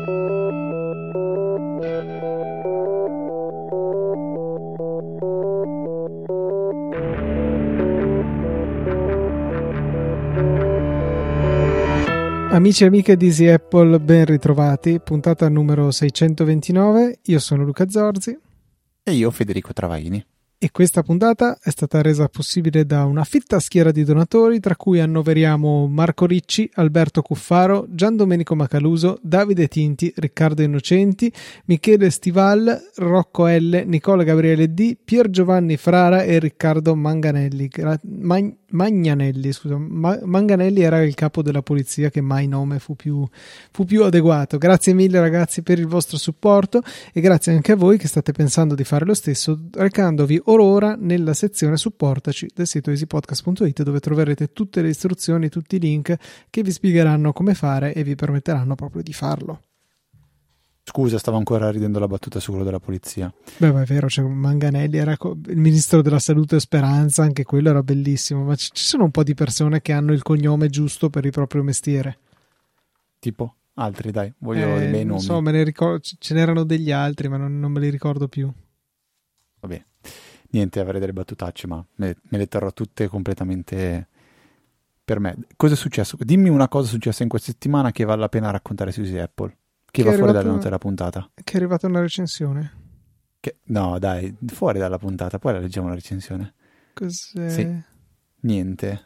Amici e amiche di Easy Apple, ben ritrovati, puntata numero 629, io sono Luca Zorzi. E io Federico Travaini. E questa puntata è stata resa possibile da una fitta schiera di donatori, tra cui annoveriamo Marco Ricci, Alberto Cuffaro, Gian Domenico Macaluso, Davide Tinti, Riccardo Innocenti, Michele Stival, Rocco L, Nicola Gabriele D, Pier Giovanni Frara e Riccardo Manganelli. Magnanelli, scusa, Manganelli era il capo della polizia, che mai nome fu più adeguato. Grazie mille ragazzi per il vostro supporto e grazie anche a voi che state pensando di fare lo stesso recandovi ora nella sezione supportaci del sito easypodcast.it, dove troverete tutte le istruzioni, tutti i link che vi spiegheranno come fare e vi permetteranno proprio di farlo. Scusa, stavo ancora ridendo la battuta su quello della polizia. Beh, ma è vero, cioè Manganelli era il ministro della salute e Speranza, anche quello era bellissimo, ma ci sono un po' di persone che hanno il cognome giusto per il proprio mestiere. Tipo? Altri, dai, voglio dei bei nomi. Non so, me ne ricordo, ce n'erano degli altri, ma non me li ricordo più. Vabbè, niente, avrei delle battutacce, ma me le terrò tutte completamente per me. Cosa è successo? Dimmi una cosa successa in questa settimana che vale la pena raccontare su Easy Apple. Che va fuori dalle note della puntata. Che è arrivata una recensione. No, dai, fuori dalla puntata, poi la leggiamo la recensione. Cos'è? Sì. Niente.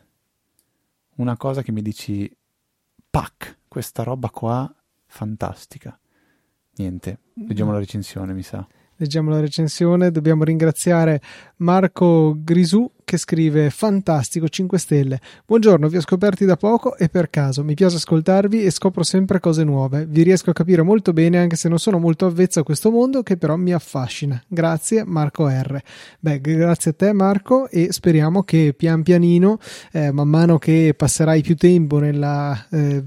Una cosa che mi dici, pac, questa roba qua, fantastica. Niente, leggiamo la recensione, mi sa. Leggiamo la recensione, dobbiamo ringraziare Marco Grisù che scrive: fantastico, 5 stelle. Buongiorno, vi ho scoperti da poco e per caso, mi piace ascoltarvi e scopro sempre cose nuove, vi riesco a capire molto bene anche se non sono molto avvezzo a questo mondo che però mi affascina. Grazie Marco R. Beh, grazie a te Marco, e speriamo che pian pianino, man mano che passerai più tempo nella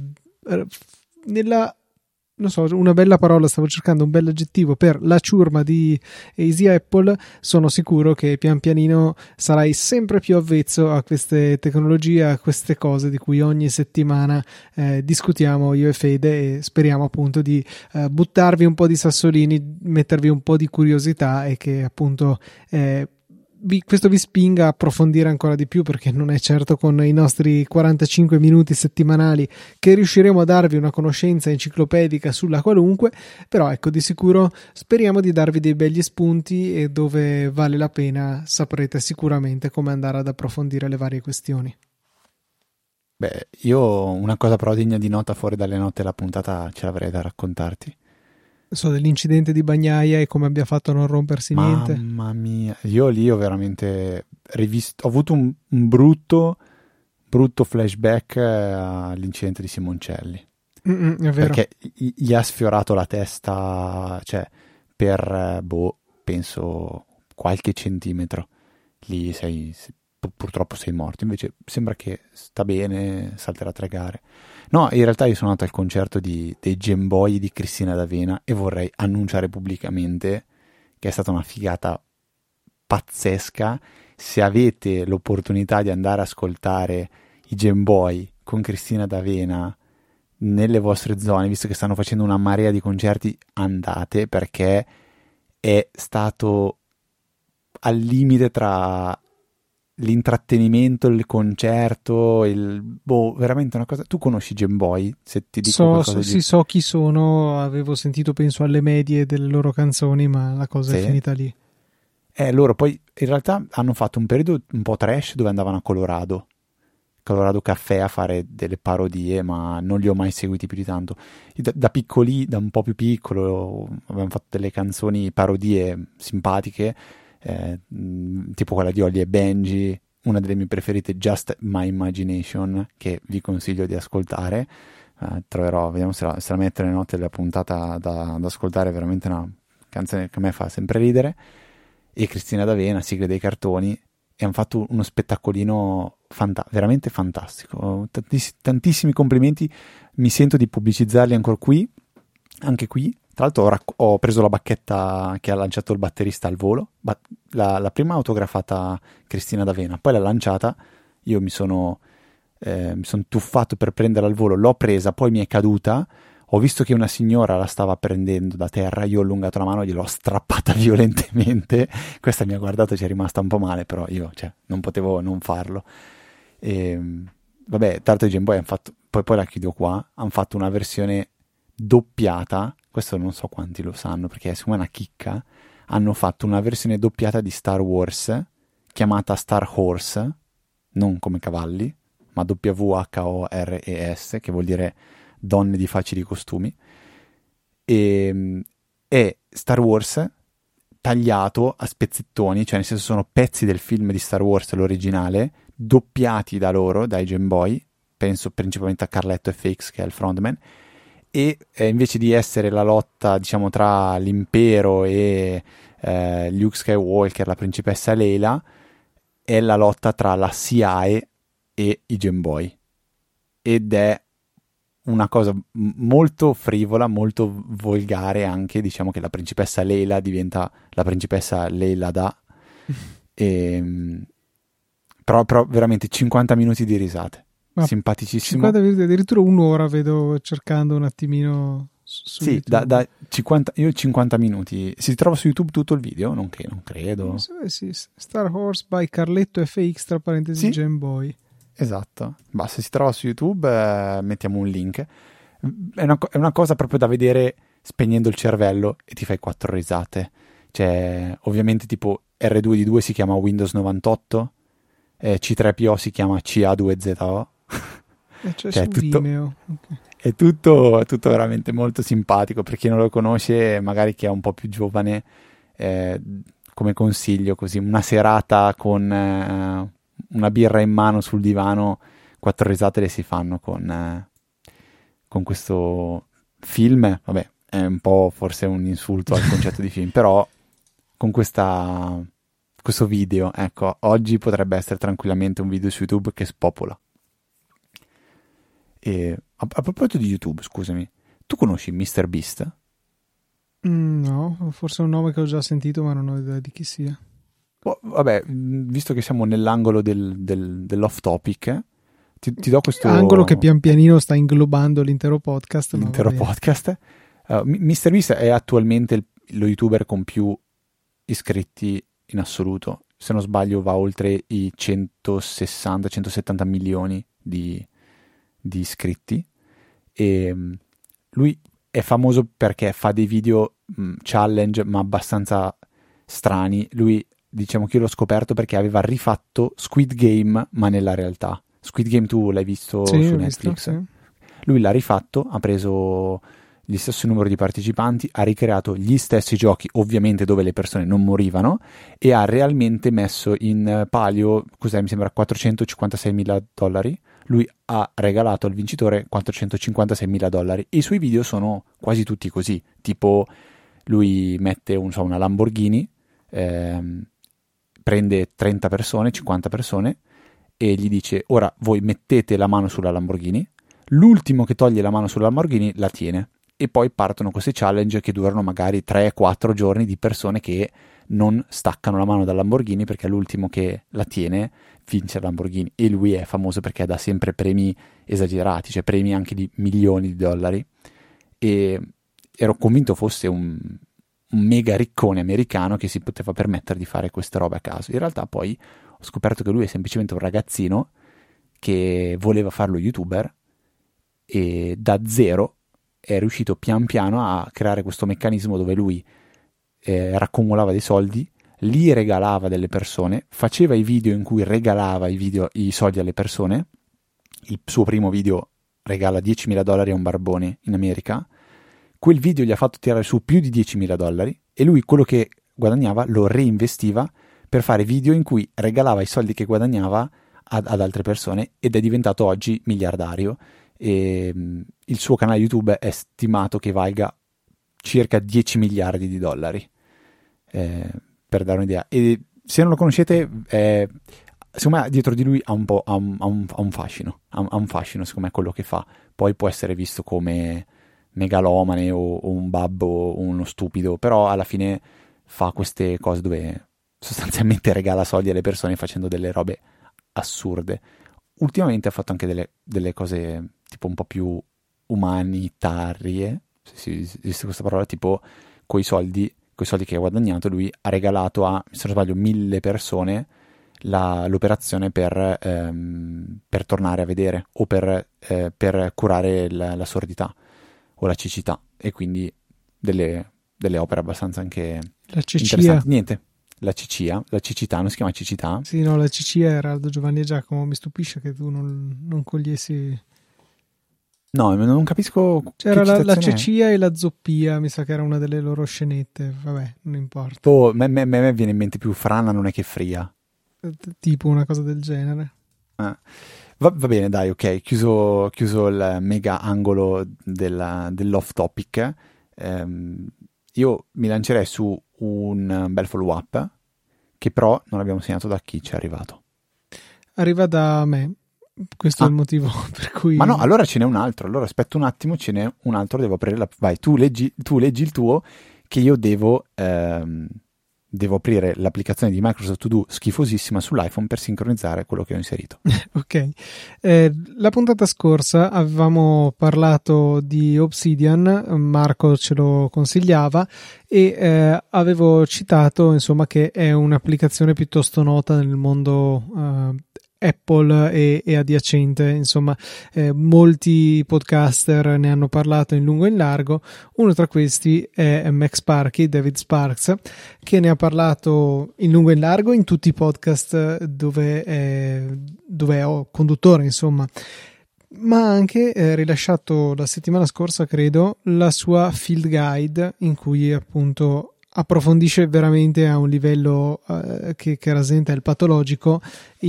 non so, una bella parola, stavo cercando un bel aggettivo per la ciurma di Easy Apple, sono sicuro che pian pianino sarai sempre più avvezzo a queste tecnologie, a queste cose di cui ogni settimana discutiamo io e Fede, e speriamo appunto di buttarvi un po' di sassolini, mettervi un po' di curiosità e che appunto questo vi spinga a approfondire ancora di più, perché non è certo con i nostri 45 minuti settimanali che riusciremo a darvi una conoscenza enciclopedica sulla qualunque, però ecco, di sicuro speriamo di darvi dei begli spunti e dove vale la pena saprete sicuramente come andare ad approfondire le varie questioni. Beh, io una cosa però degna di nota fuori dalle note della puntata ce l'avrei da raccontarti. So dell'incidente di Bagnaia e come abbia fatto a non rompersi niente. Mamma mia, io lì ho veramente ho avuto un brutto flashback all'incidente di Simoncelli. È vero. Perché gli ha sfiorato la testa, cioè per, penso qualche centimetro. Lì purtroppo sei morto, invece sembra che sta bene, salterà 3 gare. No, in realtà io sono andato al concerto dei Gemboy di Cristina D'Avena e vorrei annunciare pubblicamente che è stata una figata pazzesca. Se avete l'opportunità di andare ad ascoltare i Gemboy con Cristina D'Avena nelle vostre zone, visto che stanno facendo una marea di concerti, andate, perché è stato al limite tra l'intrattenimento, il concerto, veramente una cosa. Tu conosci Gemboy? Se ti dico qualcosa sì, so chi sono, avevo sentito penso alle medie delle loro canzoni, ma la cosa è finita lì. Loro poi in realtà hanno fatto un periodo un po' trash dove andavano a Colorado Caffè a fare delle parodie, ma non li ho mai seguiti più di tanto. Da un po' più piccolo abbiamo fatto delle canzoni parodie simpatiche, tipo quella di Holly e Benji, una delle mie preferite, Just My Imagination, che vi consiglio di ascoltare. Troverò, vediamo se la metto nelle note della puntata da ascoltare, è veramente una canzone che a me fa sempre ridere. E Cristina D'Avena, Sigle dei cartoni, e hanno fatto uno spettacolino veramente fantastico. Tantissimi complimenti, mi sento di pubblicizzarli anche qui. Tra l'altro ho preso la bacchetta che ha lanciato il batterista al volo, la prima autografata Cristina D'Avena, poi l'ha lanciata, io mi sono tuffato per prenderla al volo, l'ho presa, poi mi è caduta, Ho visto che una signora la stava prendendo da terra, io ho allungato la mano e gliel'ho strappata violentemente. Questa mi ha guardato e ci è rimasta un po' male, però io, cioè, non potevo non farlo. E, vabbè, tanto i Game Boy hanno fatto, poi la chiudo qua, hanno fatto una versione doppiata, questo non so quanti lo sanno perché è secondo me una chicca, hanno fatto una versione doppiata di Star Wars chiamata Star Horse, non come cavalli, ma WHORES, che vuol dire donne di facili costumi, e è Star Wars tagliato a spezzettoni, cioè nel senso sono pezzi del film di Star Wars, l'originale, doppiati da loro, dai Game Boy, penso principalmente a Carletto FX che è il frontman, e invece di essere la lotta, diciamo, tra l'impero e Luke Skywalker, la principessa Leila, è la lotta tra la SIAE e i Game Boy, ed è una cosa molto frivola, molto volgare anche, diciamo che la principessa Leila diventa la principessa Leila da però veramente 50 minuti di risate. Ma simpaticissimo. 50 minuti, addirittura un'ora vedo cercando un attimino su sì, YouTube. da 50, io 50 minuti. Si trova su YouTube tutto il video? Non credo. Sì, Star Horse by Carletto FX tra parentesi sì? Game Boy. Esatto. Se si trova su YouTube mettiamo un link. È una cosa proprio da vedere spegnendo il cervello e ti fai 4 risate. Cioè, ovviamente tipo R2D2 si chiama Windows 98, C3PO si chiama CA2ZO. Cioè Vimeo. Okay. È tutto veramente molto simpatico. Per chi non lo conosce, magari chi è un po' più giovane, come consiglio così, una serata con una birra in mano sul divano, 4 risate le si fanno con questo film. Vabbè, è un po' forse un insulto al concetto di film, però con questo video, ecco, oggi potrebbe essere tranquillamente un video su YouTube che spopola. E a proposito di YouTube, scusami, tu conosci MrBeast? No, forse è un nome che ho già sentito, ma non ho idea di chi sia. Vabbè, visto che siamo nell'angolo dell'off topic, ti do questo angolo che pian pianino sta inglobando l'intero podcast. MrBeast è attualmente lo YouTuber con più iscritti in assoluto. Se non sbaglio va oltre i 160-170 milioni di iscritti, e lui è famoso perché fa dei video challenge ma abbastanza strani. Lui, diciamo che io l'ho scoperto perché aveva rifatto Squid Game ma nella realtà. Squid Game tu l'hai visto sì, su Netflix? Sì. Lui l'ha rifatto, ha preso gli stessi numeri di partecipanti, ha ricreato gli stessi giochi, ovviamente dove le persone non morivano, e ha realmente messo in palio, mi sembra $456.000. Lui ha regalato al vincitore $456.000. I suoi video sono quasi tutti così, tipo lui mette una Lamborghini, prende 30 persone, 50 persone e gli dice: ora voi mettete la mano sulla Lamborghini, l'ultimo che toglie la mano sulla Lamborghini la tiene. E poi partono queste challenge che durano magari 3-4 giorni di persone che non staccano la mano dal Lamborghini, perché l'ultimo che la tiene vince il Lamborghini. E lui è famoso perché dà sempre premi esagerati, cioè premi anche di milioni di dollari. E ero convinto fosse un mega riccone americano che si poteva permettere di fare queste robe a caso. In realtà poi ho scoperto che lui è semplicemente un ragazzino che voleva farlo YouTuber e da zero è riuscito pian piano a creare questo meccanismo dove lui raccumulava dei soldi, li regalava delle persone, faceva i video in cui regalava i soldi alle persone. Il suo primo video regala $10.000 a un barbone in America. Quel video gli ha fatto tirare su più di $10.000 e lui quello che guadagnava lo reinvestiva per fare video in cui regalava i soldi che guadagnava ad altre persone, ed è diventato oggi miliardario. E il suo canale YouTube è stimato che valga circa $10 miliardi, per dare un'idea. E se non lo conoscete, secondo me dietro di lui ha un fascino, secondo me, quello che fa. Poi può essere visto come megalomane o un babbo o uno stupido, però alla fine fa queste cose dove sostanzialmente regala soldi alle persone facendo delle robe assurde. Ultimamente ha fatto anche delle cose tipo un po' più umanitarie, se esiste questa parola, tipo coi soldi che ha guadagnato lui ha regalato a, se non sbaglio, 1000 persone l'operazione per tornare a vedere o per curare la sordità o la cecità, e quindi delle opere abbastanza anche La ceccia. interessanti. Niente, la cecità, non si chiama cecità? Sì, no, la ceccia era Aldo, Giovanni e Giacomo. Mi stupisce che tu non cogliessi. No, non capisco. C'era che la citazione è. ceccia e la zoppia, mi sa che era una delle loro scenette. Vabbè, non importa. Oh, me viene in mente più frana non è che fria. Tipo una cosa del genere. Va bene, dai, ok, chiuso il mega angolo dell'off topic. Io mi lancerei su un bel follow up che però non abbiamo segnato da chi ci è arrivato. Arriva da me. Questo è il motivo per cui... Ma no, allora ce n'è un altro. Allora aspetta un attimo, ce n'è un altro, devo aprire la... Vai, tu leggi il tuo, che io devo aprire l'applicazione di Microsoft To Do schifosissima sull'iPhone per sincronizzare quello che ho inserito. Ok. La puntata scorsa avevamo parlato di Obsidian, Marco ce lo consigliava e avevo citato, insomma, che è un'applicazione piuttosto nota nel mondo Apple e adiacente, insomma, molti podcaster ne hanno parlato in lungo e in largo. Uno tra questi è MacSparky, David Sparks, che ne ha parlato in lungo e in largo in tutti i podcast dove è conduttore, insomma, ma ha anche rilasciato la settimana scorsa, credo, la sua field guide in cui appunto approfondisce veramente a un livello che rasenta il patologico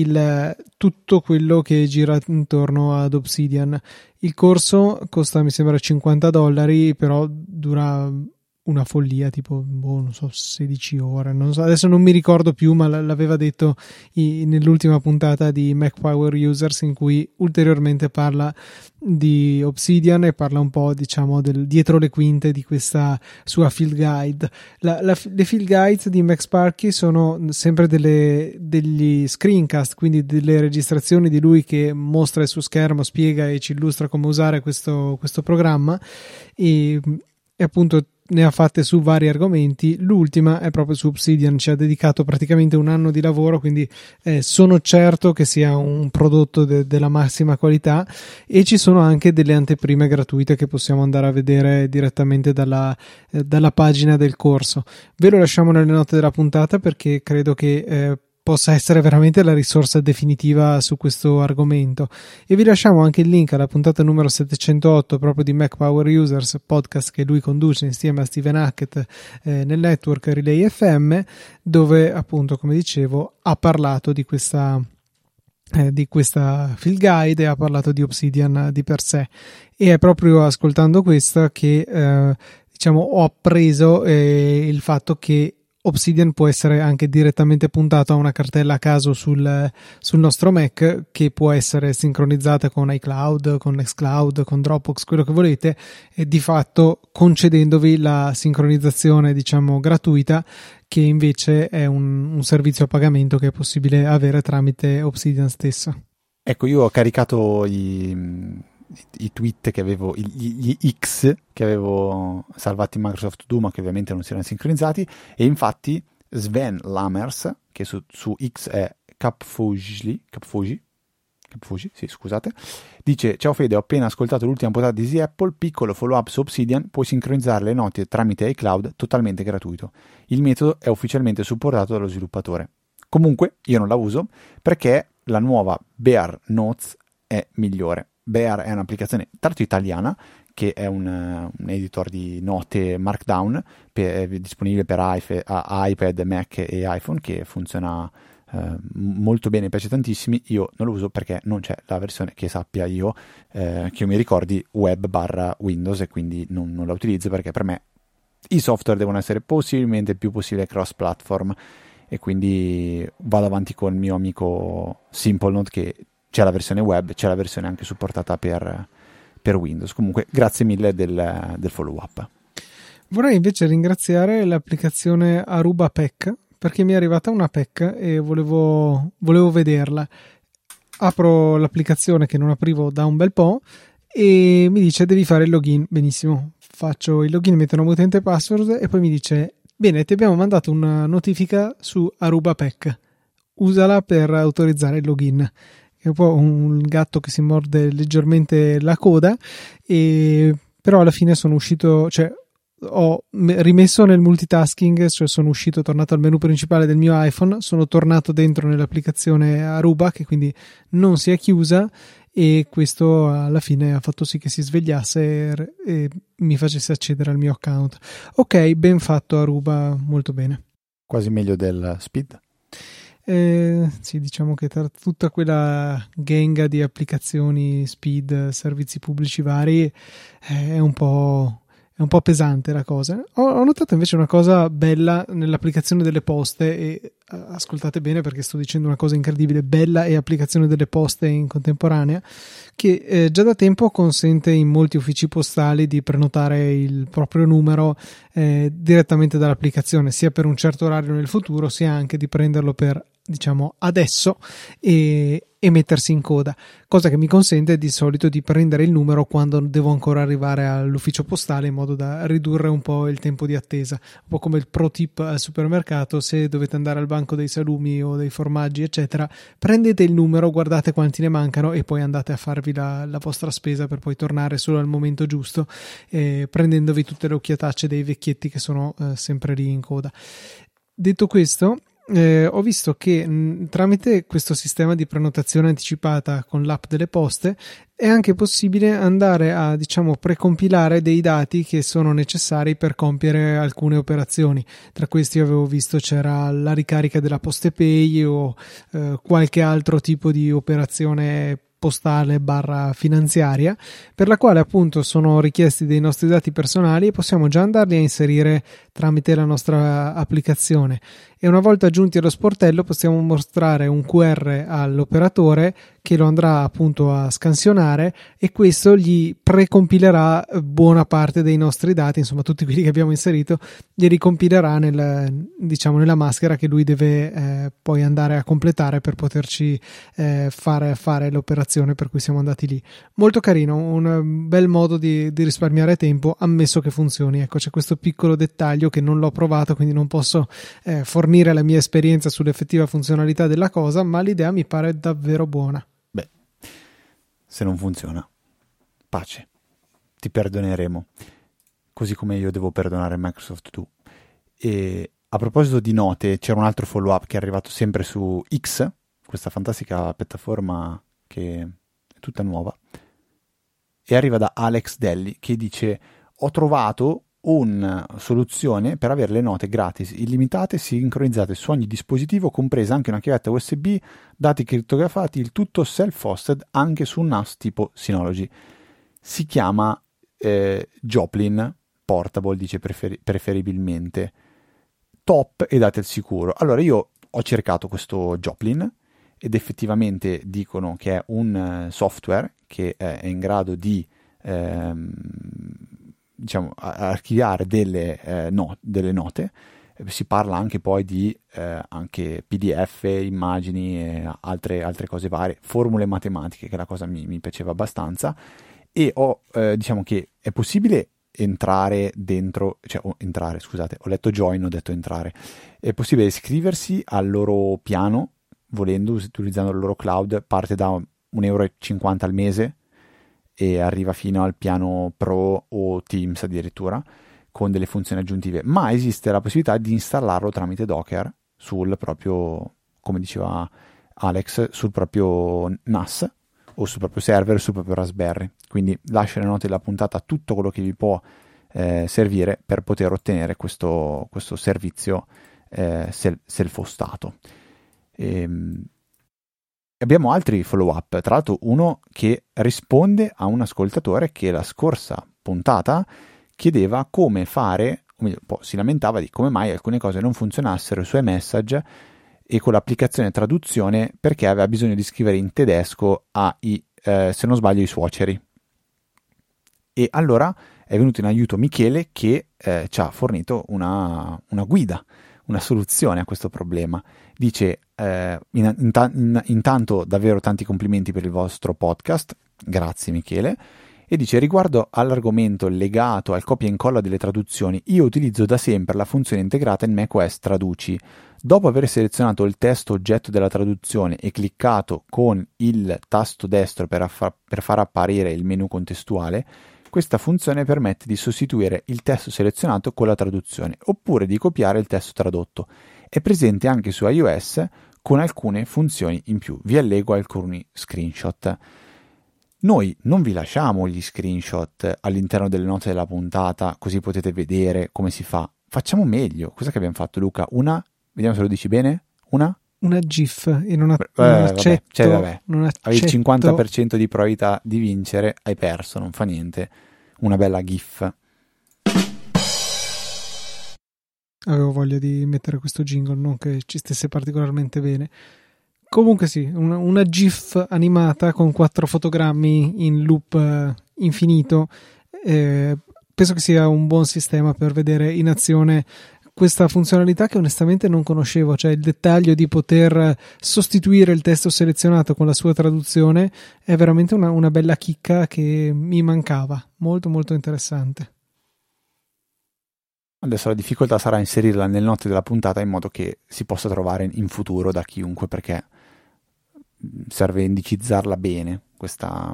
tutto quello che gira intorno ad Obsidian. Il corso costa, mi sembra, $50, però dura una follia, tipo, non so, 16 ore, non so, adesso non mi ricordo più, ma l'aveva detto nell'ultima puntata di Mac Power Users, in cui ulteriormente parla di Obsidian e parla un po', diciamo, del dietro le quinte di questa sua field guide. Le field guides di MacSparky sono sempre degli screencast, quindi delle registrazioni di lui che mostra il suo schermo, spiega e ci illustra come usare questo programma e appunto ne ha fatte su vari argomenti. L'ultima è proprio su Obsidian, ci ha dedicato praticamente un anno di lavoro, quindi sono certo che sia un prodotto della massima qualità, e ci sono anche delle anteprime gratuite che possiamo andare a vedere direttamente dalla pagina del corso. Ve lo lasciamo nelle note della puntata perché credo che possa essere veramente la risorsa definitiva su questo argomento, e vi lasciamo anche il link alla puntata numero 708 proprio di Mac Power Users, podcast che lui conduce insieme a Stephen Hackett nel network Relay FM, dove appunto, come dicevo, ha parlato di questa field guide e ha parlato di Obsidian di per sé, e è proprio ascoltando questa che diciamo ho appreso il fatto che Obsidian può essere anche direttamente puntato a una cartella a caso sul nostro Mac, che può essere sincronizzata con iCloud, con Nextcloud, con Dropbox, quello che volete, e di fatto concedendovi la sincronizzazione, diciamo, gratuita, che invece è un servizio a pagamento che è possibile avere tramite Obsidian stessa. Ecco, io ho caricato i tweet che avevo, gli X che avevo salvati in Microsoft To Do, ma che ovviamente non si erano sincronizzati, e infatti Sven Lammers, che su X è Capfugi, sì, scusate, dice: ciao Fede, ho appena ascoltato l'ultima puntata di Easy Apple, piccolo follow up su Obsidian, puoi sincronizzare le note tramite iCloud, totalmente gratuito. Il metodo è ufficialmente supportato dallo sviluppatore. Comunque io non la uso perché la nuova Bear Notes è migliore. Bear è un'applicazione tra l'altro italiana, che è un editor di note Markdown, disponibile per iPad, Mac e iPhone, che funziona molto bene, mi piace tantissimo. Io non lo uso perché non c'è la versione che sappia io, che io mi ricordi, web/Windows, e quindi non la utilizzo perché per me i software devono essere possibilmente il più possibile cross platform, e quindi vado avanti con il mio amico SimpleNote, che c'è la versione web, c'è la versione anche supportata per Windows. Comunque grazie mille del follow up. Vorrei invece ringraziare l'applicazione Aruba PEC, perché mi è arrivata una PEC e volevo vederla. Apro l'applicazione che non aprivo da un bel po' e mi dice devi fare il login. Benissimo, faccio il login, metto nome utente e password e poi mi dice bene, ti abbiamo mandato una notifica su Aruba PEC, usala per autorizzare il login. È un po' un gatto che si morde leggermente la coda, però alla fine sono uscito, cioè ho rimesso nel multitasking, cioè sono uscito, tornato al menu principale del mio iPhone, sono tornato dentro nell'applicazione Aruba che quindi non si è chiusa, e questo alla fine ha fatto sì che si svegliasse e mi facesse accedere al mio account. Ok, ben fatto Aruba, molto bene. Quasi meglio del Speed? Sì, diciamo che tra tutta quella genga di applicazioni Speed, servizi pubblici vari, è un po' pesante la cosa. Ho notato invece una cosa bella nell'applicazione delle poste, e ascoltate bene perché sto dicendo una cosa incredibile, bella e applicazione delle poste in contemporanea, che già da tempo consente in molti uffici postali di prenotare il proprio numero direttamente dall'applicazione, sia per un certo orario nel futuro, sia anche di prenderlo per, diciamo, adesso e mettersi in coda, cosa che mi consente di solito di prendere il numero quando devo ancora arrivare all'ufficio postale, in modo da ridurre un po' il tempo di attesa. Un po' come il pro tip al supermercato: se dovete andare al banco dei salumi o dei formaggi eccetera, prendete il numero, guardate quanti ne mancano e poi andate a farvi la vostra spesa, per poi tornare solo al momento giusto, prendendovi tutte le occhiatacce dei vecchietti che sono sempre lì in coda. Detto questo, ho visto che tramite questo sistema di prenotazione anticipata con l'app delle poste è anche possibile andare a, diciamo, precompilare dei dati che sono necessari per compiere alcune operazioni. Tra questi avevo visto c'era la ricarica della PostePay o qualche altro tipo di operazione postale / finanziaria, per la quale appunto sono richiesti dei nostri dati personali e possiamo già andarli a inserire tramite la nostra applicazione, e una volta giunti allo sportello possiamo mostrare un QR all'operatore che lo andrà appunto a scansionare, e questo gli precompilerà buona parte dei nostri dati, insomma tutti quelli che abbiamo inserito li ricompilerà nella maschera che lui deve poi andare a completare per poterci fare l'operazione per cui siamo andati lì. Molto carino, un bel modo di risparmiare tempo, ammesso che funzioni. Ecco, c'è questo piccolo dettaglio che non l'ho provato, quindi non posso fornire la mia esperienza sull'effettiva funzionalità della cosa, ma l'idea mi pare davvero buona. Beh, se non funziona, pace, ti perdoneremo, così come io devo perdonare Microsoft tu. E a proposito di note, c'era un altro follow up che è arrivato sempre su X, questa fantastica piattaforma che è tutta nuova, e arriva da Alex Delli che dice: ho trovato una soluzione per avere le note gratis illimitate sincronizzate su ogni dispositivo, compresa anche una chiavetta USB, dati crittografati, il tutto self-hosted anche su un NAS tipo Synology. Si chiama Joplin Portable, dice preferibilmente. Top e date il sicuro. Allora io ho cercato questo Joplin ed effettivamente dicono che è un software che è in grado di diciamo archiviare delle note. Si parla anche poi di anche PDF, immagini e altre cose varie, formule matematiche, che la cosa mi piaceva abbastanza, e diciamo che è possibile entrare dentro, ho letto join, ho detto entrare, è possibile iscriversi al loro piano volendo, utilizzando il loro cloud, parte da €1,50 al mese e arriva fino al piano Pro o Teams addirittura, con delle funzioni aggiuntive, ma esiste la possibilità di installarlo tramite Docker sul proprio, come diceva Alex, sul proprio NAS o sul proprio server, sul proprio Raspberry. Quindi lascio nelle note della puntata tutto quello che vi può servire per poter ottenere questo servizio self-hostato. Abbiamo altri follow up, tra l'altro uno che risponde a un ascoltatore che la scorsa puntata chiedeva come fare, o meglio, si lamentava di come mai alcune cose non funzionassero sui message e con l'applicazione traduzione, perché aveva bisogno di scrivere in tedesco se non sbaglio i suoceri. E allora è venuto in aiuto Michele che ci ha fornito una guida, una soluzione a questo problema. Dice intanto davvero tanti complimenti per il vostro podcast, grazie Michele, E dice: riguardo all'argomento legato al copia e incolla delle traduzioni, io utilizzo da sempre la funzione integrata in macOS Traduci. Dopo aver selezionato il testo oggetto della traduzione e cliccato con il tasto destro per far apparire il menu contestuale, questa funzione permette di sostituire il testo selezionato con la traduzione, oppure di copiare il testo tradotto. È presente anche su iOS con alcune funzioni in più. Vi allego alcuni screenshot. Noi non vi lasciamo gli screenshot all'interno delle note della puntata, così potete vedere come si fa. Facciamo meglio. Cos'è che abbiamo fatto, Luca? Vediamo se lo dici bene. Una GIF e non accetto. Vabbè. Non accetto. Avevi il 50% di probabilità di vincere, hai perso, non fa niente. Una bella GIF. Avevo voglia di mettere questo jingle, non che ci stesse particolarmente bene. Comunque sì, una GIF animata con 4 fotogrammi in loop infinito. Penso che sia un buon sistema per vedere in azione questa funzionalità che onestamente non conoscevo, cioè il dettaglio di poter sostituire il testo selezionato con la sua traduzione è veramente una bella chicca che mi mancava, molto molto interessante. Adesso la difficoltà sarà inserirla nelle note della puntata in modo che si possa trovare in futuro da chiunque, perché serve indicizzarla bene questa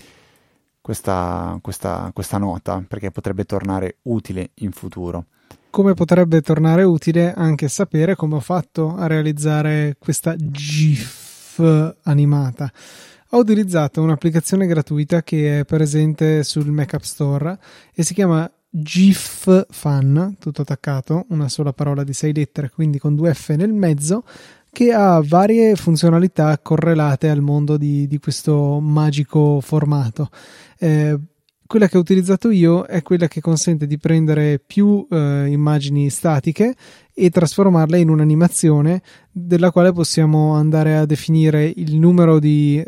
nota, perché potrebbe tornare utile in futuro. Come potrebbe tornare utile anche sapere come ho fatto a realizzare questa GIF animata. Ho utilizzato un'applicazione gratuita che è presente sul Mac App Store e si chiama GIF Fun, tutto attaccato, una sola parola di 6 lettere, quindi con 2 F nel mezzo, che ha varie funzionalità correlate al mondo di questo magico formato. Quella che ho utilizzato io è quella che consente di prendere più immagini statiche e trasformarle in un'animazione della quale possiamo andare a definire il numero di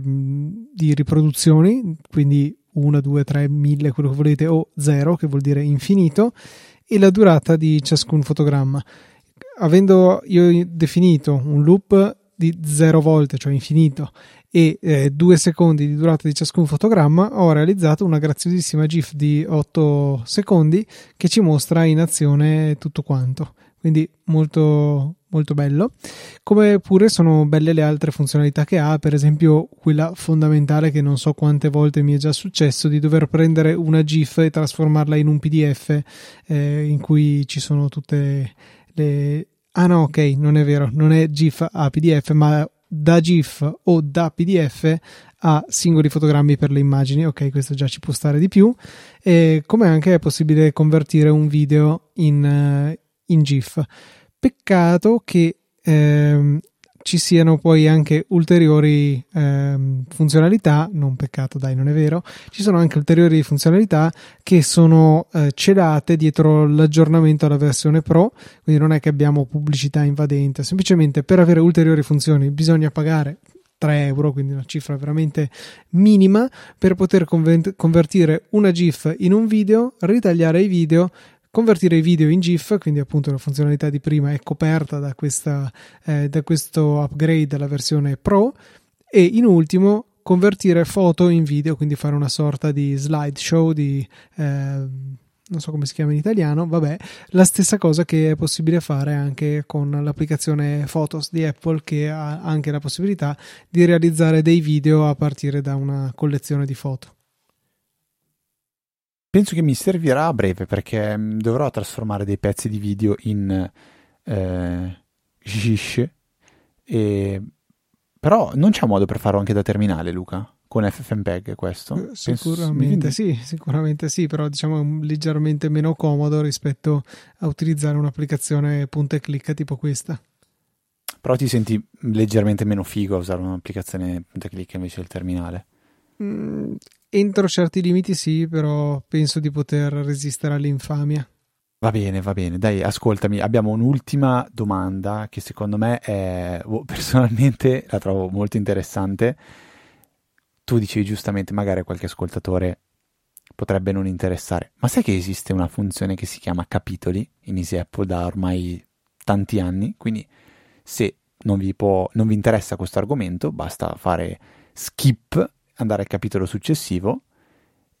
riproduzioni, quindi 1, 2, 3, 1000, quello che volete, o 0, che vuol dire infinito, e la durata di ciascun fotogramma. Avendo io definito un loop di 0 volte, cioè infinito, e 2 secondi di durata di ciascun fotogramma, ho realizzato una graziosissima GIF di 8 secondi che ci mostra in azione tutto quanto. Quindi molto molto bello. Come pure sono belle le altre funzionalità che ha, per esempio quella fondamentale che non so quante volte mi è già successo, di dover prendere una GIF e trasformarla in un PDF in cui ci sono tutte le... Ah no, ok, non è vero, non è GIF a PDF, ma da GIF o da PDF a singoli fotogrammi per le immagini. Ok, questo già ci può stare di più. E come anche è possibile convertire un video in GIF. Peccato che ci siano poi anche ulteriori funzionalità, non peccato dai, non è vero, ci sono anche ulteriori funzionalità che sono celate dietro l'aggiornamento alla versione Pro, quindi non è che abbiamo pubblicità invadente, semplicemente per avere ulteriori funzioni bisogna pagare 3 euro, quindi una cifra veramente minima, per poter convertire una GIF in un video, ritagliare i video, convertire i video in GIF, quindi appunto la funzionalità di prima è coperta da questo upgrade alla versione Pro, e in ultimo convertire foto in video, quindi fare una sorta di slideshow non so come si chiama in italiano, vabbè, la stessa cosa che è possibile fare anche con l'applicazione Photos di Apple, che ha anche la possibilità di realizzare dei video a partire da una collezione di foto. Penso che mi servirà a breve, perché dovrò trasformare dei pezzi di video in GIF, però non c'è modo per farlo anche da terminale, Luca? Con FFmpeg questo? Sicuramente sì, però diciamo è leggermente meno comodo rispetto a utilizzare un'applicazione punta e clicca tipo questa. Però ti senti leggermente meno figo a usare un'applicazione punta e clicca invece del terminale? Entro certi limiti sì, però penso di poter resistere all'infamia. Va bene, dai, ascoltami, abbiamo un'ultima domanda che secondo me è, personalmente la trovo molto interessante. Tu dicevi giustamente, magari qualche ascoltatore potrebbe non interessare, ma sai che esiste una funzione che si chiama capitoli in Easy Apple da ormai tanti anni? Quindi se non vi interessa questo argomento, basta fare skip, andare al capitolo successivo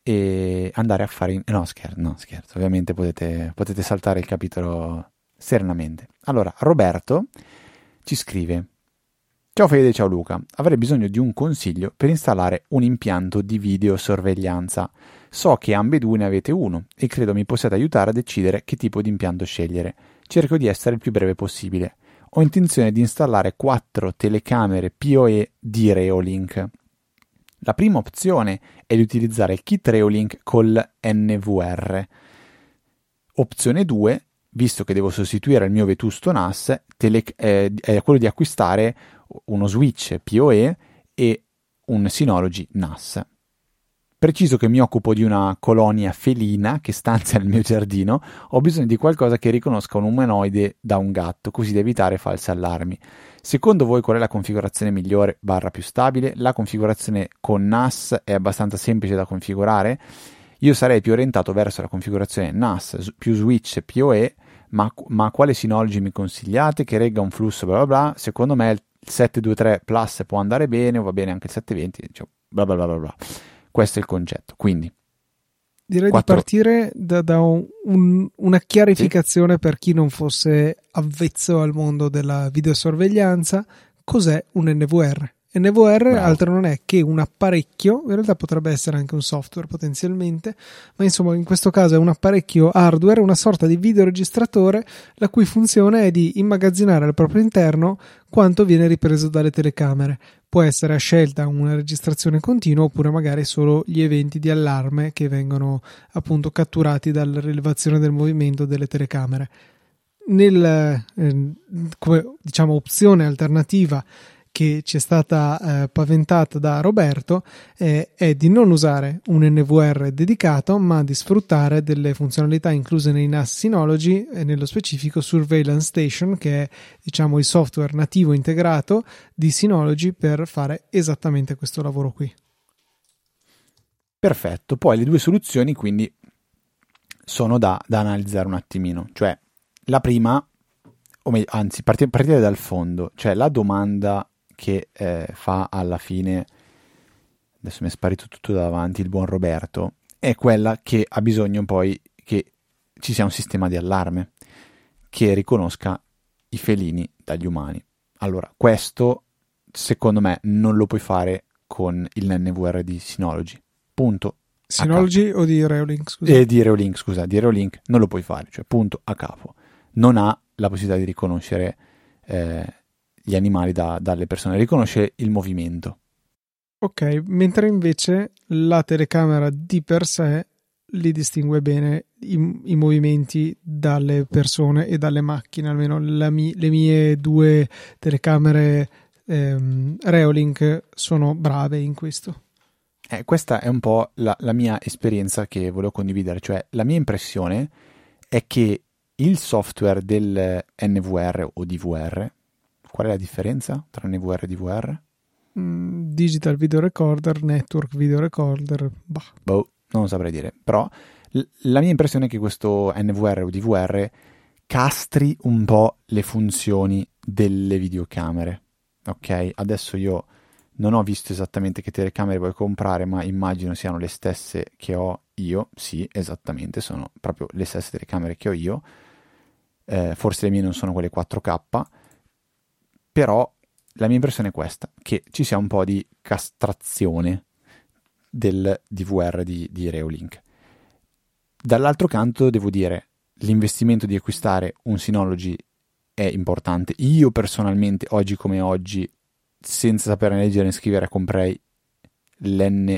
e andare a fare... No, scherzo, ovviamente potete saltare il capitolo serenamente. Allora, Roberto ci scrive: ciao Fede, ciao Luca, avrei bisogno di un consiglio per installare un impianto di videosorveglianza. So che ambedue ne avete uno e credo mi possiate aiutare a decidere che tipo di impianto scegliere. Cerco di essere il più breve possibile. Ho intenzione di installare 4 telecamere PoE di Reolink. La prima opzione è di utilizzare il kit Reolink col NVR. Opzione 2, visto che devo sostituire il mio vetusto NAS, è quello di acquistare uno switch PoE e un Synology NAS. Preciso che mi occupo di una colonia felina che stanzia nel mio giardino, ho bisogno di qualcosa che riconosca un umanoide da un gatto, così da evitare false allarmi. Secondo voi qual è la configurazione migliore / più stabile? La configurazione con NAS è abbastanza semplice da configurare. Io sarei più orientato verso la configurazione NAS più switch PoE, ma quale Synology mi consigliate? Che regga un flusso bla bla bla. Secondo me il 723 Plus può andare bene, o va bene anche il 720, cioè bla bla bla bla bla. Questo è il concetto. Quindi direi di partire da una chiarificazione, sì, per chi non fosse avvezzo al mondo della videosorveglianza. Cos'è un NVR? NVR Bravo. Altro non è che un apparecchio, in realtà potrebbe essere anche un software potenzialmente, ma insomma in questo caso è un apparecchio hardware, una sorta di videoregistratore la cui funzione è di immagazzinare al proprio interno quanto viene ripreso dalle telecamere. Può essere a scelta una registrazione continua oppure magari solo gli eventi di allarme che vengono appunto catturati dalla rilevazione del movimento delle telecamere. Come diciamo opzione alternativa che ci è stata paventata da Roberto è di non usare un NVR dedicato, ma di sfruttare delle funzionalità incluse nei NAS Synology, e nello specifico Surveillance Station, che è diciamo il software nativo integrato di Synology per fare esattamente questo lavoro qui. Perfetto, poi le due soluzioni quindi sono da analizzare un attimino, cioè la prima, o meglio, anzi partire dal fondo, cioè la domanda che fa alla fine, adesso mi è sparito tutto davanti il buon Roberto, è quella che ha bisogno poi che ci sia un sistema di allarme che riconosca i felini dagli umani. Allora, questo secondo me non lo puoi fare con il NVR di Synology, punto. Synology o di Reolink, scusa? Di Reolink non lo puoi fare, cioè punto a capo. Non ha la possibilità di riconoscere gli animali dalle persone, riconosce il movimento. Ok, mentre invece la telecamera di per sé li distingue bene i movimenti dalle persone e dalle macchine, almeno le mie 2 telecamere Reolink sono brave in questo. Questa è un po' la mia esperienza che volevo condividere, cioè la mia impressione è che il software del NVR o DVR, qual è la differenza tra NVR e DVR? Digital Video Recorder, Network Video Recorder, non lo saprei dire, però la mia impressione è che questo NVR o DVR castri un po' le funzioni delle videocamere. Ok, adesso io non ho visto esattamente che telecamere vuoi comprare, ma immagino siano le stesse che ho io. Sì, esattamente, sono proprio le stesse telecamere che ho io. Forse le mie non sono quelle 4K, però la mia impressione è questa, che ci sia un po' di castrazione del DVR di Reolink. Dall'altro canto devo dire, l'investimento di acquistare un Synology è importante. Io personalmente, oggi come oggi, senza sapere leggere né scrivere, comprei il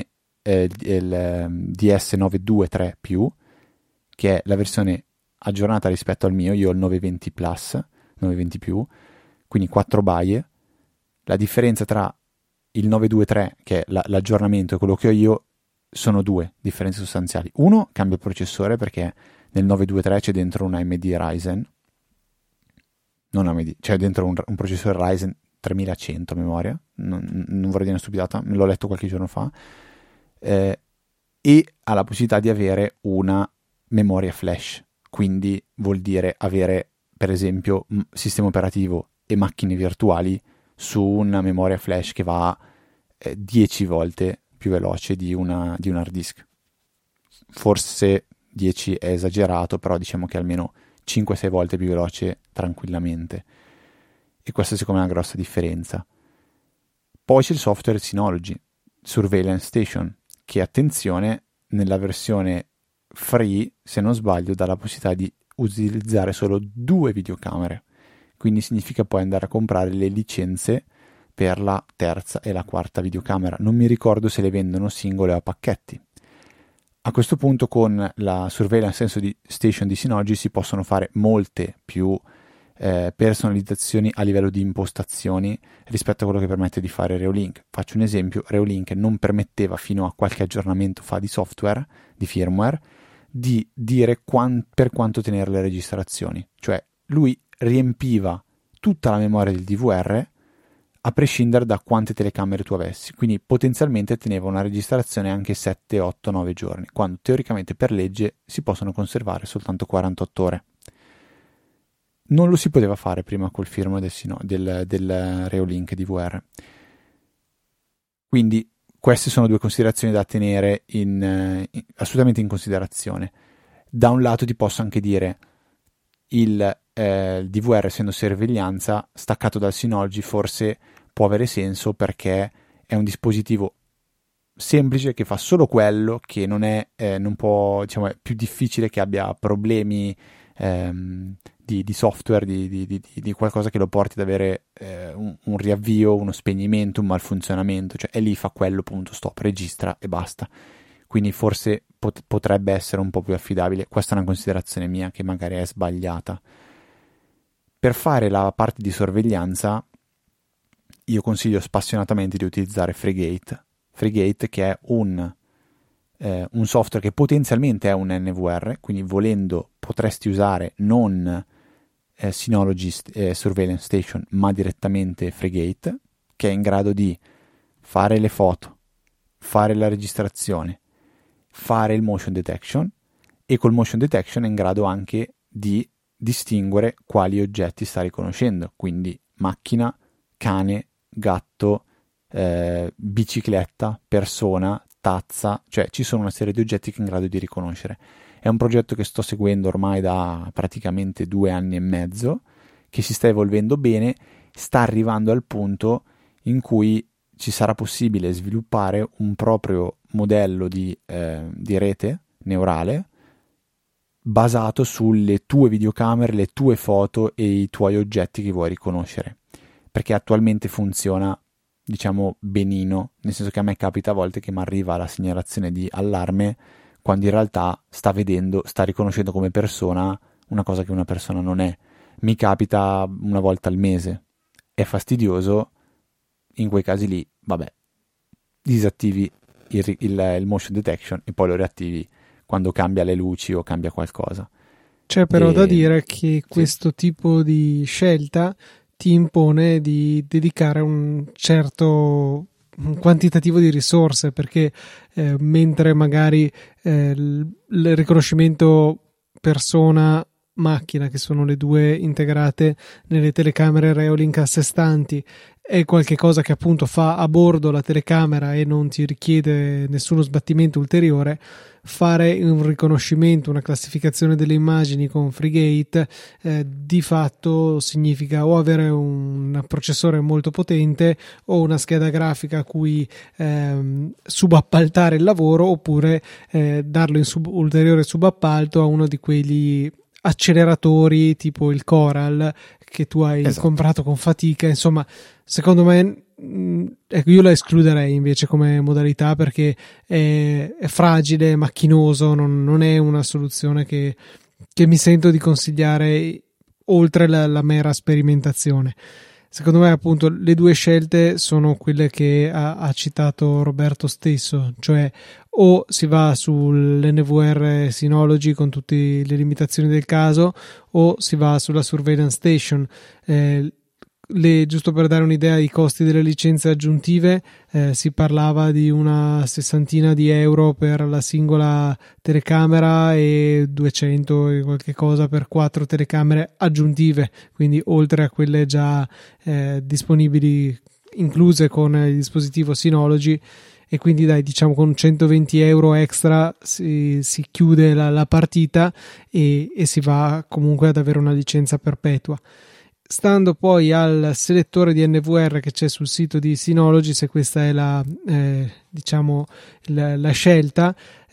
DS923+, che è la versione aggiornata rispetto al mio. Io ho il 920 Plus, 920+, quindi 4 baie. La differenza tra il 923, che è l'aggiornamento, e quello che ho io, sono 2 differenze sostanziali. Uno, cambia il processore, perché nel 923 c'è dentro un AMD Ryzen, non AMD, c'è dentro un processore Ryzen 3100 a memoria, non vorrei dire una stupidata, me l'ho letto qualche giorno fa, e ha la possibilità di avere una memoria flash, quindi vuol dire avere per esempio sistema operativo e macchine virtuali su una memoria flash che va 10 volte più veloce di un hard disk. forse 10 è esagerato, però diciamo che almeno 5-6 volte più veloce tranquillamente, e questa secondo me è una grossa differenza. Poi c'è il software Synology Surveillance Station, che, attenzione, nella versione free, se non sbaglio, dà la possibilità di utilizzare solo 2 videocamere, quindi significa poi andare a comprare le licenze per la terza e la quarta videocamera. Non mi ricordo se le vendono singole o a pacchetti. A questo punto, con la Surveillance Station di Synology si possono fare molte più personalizzazioni a livello di impostazioni rispetto a quello che permette di fare Reolink. Faccio un esempio: Reolink non permetteva fino a qualche aggiornamento fa di software, di firmware, di dire per quanto tenere le registrazioni. Cioè lui riempiva tutta la memoria del DVR a prescindere da quante telecamere tu avessi, quindi potenzialmente teneva una registrazione anche 7, 8, 9 giorni, quando teoricamente per legge si possono conservare soltanto 48 ore. Non lo si poteva fare prima col firmware del Reolink DVR. Quindi queste sono 2 considerazioni da tenere assolutamente in considerazione. Da un lato ti posso anche dire il DVR, essendo sorveglianza, staccato dal Synology forse può avere senso, perché è un dispositivo semplice che fa solo quello, che non può, diciamo, è più difficile che abbia problemi di software, di qualcosa che lo porti ad avere un riavvio, uno spegnimento, un malfunzionamento. Cioè è lì, fa quello, punto, stop, registra e basta. Quindi forse potrebbe essere un po' più affidabile. Questa è una considerazione mia, che magari è sbagliata. Per fare la parte di sorveglianza io consiglio spassionatamente di utilizzare Frigate, che è un software che potenzialmente è un NVR, quindi volendo potresti usare non Synology Surveillance Station, ma direttamente Frigate, che è in grado di fare le foto, fare la registrazione, fare il motion detection, e col motion detection è in grado anche di distinguere quali oggetti sta riconoscendo, quindi macchina, cane, gatto, bicicletta, persona, tazza, cioè ci sono una serie di oggetti che è in grado di riconoscere. È un progetto che sto seguendo ormai da praticamente 2 anni e mezzo, che si sta evolvendo bene, sta arrivando al punto in cui ci sarà possibile sviluppare un proprio modello di rete neurale basato sulle tue videocamere, le tue foto e i tuoi oggetti che vuoi riconoscere, perché attualmente funziona, diciamo, benino, nel senso che a me capita a volte che mi arriva la segnalazione di allarme quando in realtà sta riconoscendo come persona una cosa che una persona non è. Mi capita una volta al mese, è fastidioso. In quei casi lì, vabbè, disattivi il motion detection e poi lo riattivi quando cambia le luci o cambia qualcosa. C'è però da dire che questo tipo di scelta ti impone di dedicare un certo quantitativo di risorse, perché mentre magari il riconoscimento persona macchina, che sono le 2 integrate nelle telecamere Reolink a sé stanti, è qualche cosa che appunto fa a bordo la telecamera e non ti richiede nessuno sbattimento ulteriore, fare un riconoscimento, una classificazione delle immagini con Frigate di fatto significa o avere un processore molto potente o una scheda grafica a cui subappaltare il lavoro, oppure darlo in ulteriore subappalto a uno di quegli acceleratori tipo il Coral che tu hai comprato con fatica. Insomma, secondo me ecco, io la escluderei invece come modalità, perché è fragile, è macchinoso, non è una soluzione che mi sento di consigliare oltre la mera sperimentazione. Secondo me appunto le 2 scelte sono quelle che ha citato Roberto stesso, cioè o si va sull'NVR Synology con tutte le limitazioni del caso, o si va sulla Surveillance Station. Giusto per dare un'idea dei costi delle licenze aggiuntive, si parlava di una 60 di euro per la singola telecamera e 200 e qualche cosa per 4 telecamere aggiuntive, quindi oltre a quelle già disponibili incluse con il dispositivo Synology. e quindi dai, diciamo con 120 euro extra si chiude la partita e si va comunque ad avere una licenza perpetua. Stando poi al selettore di NVR che c'è sul sito di Synology, se questa è la scelta,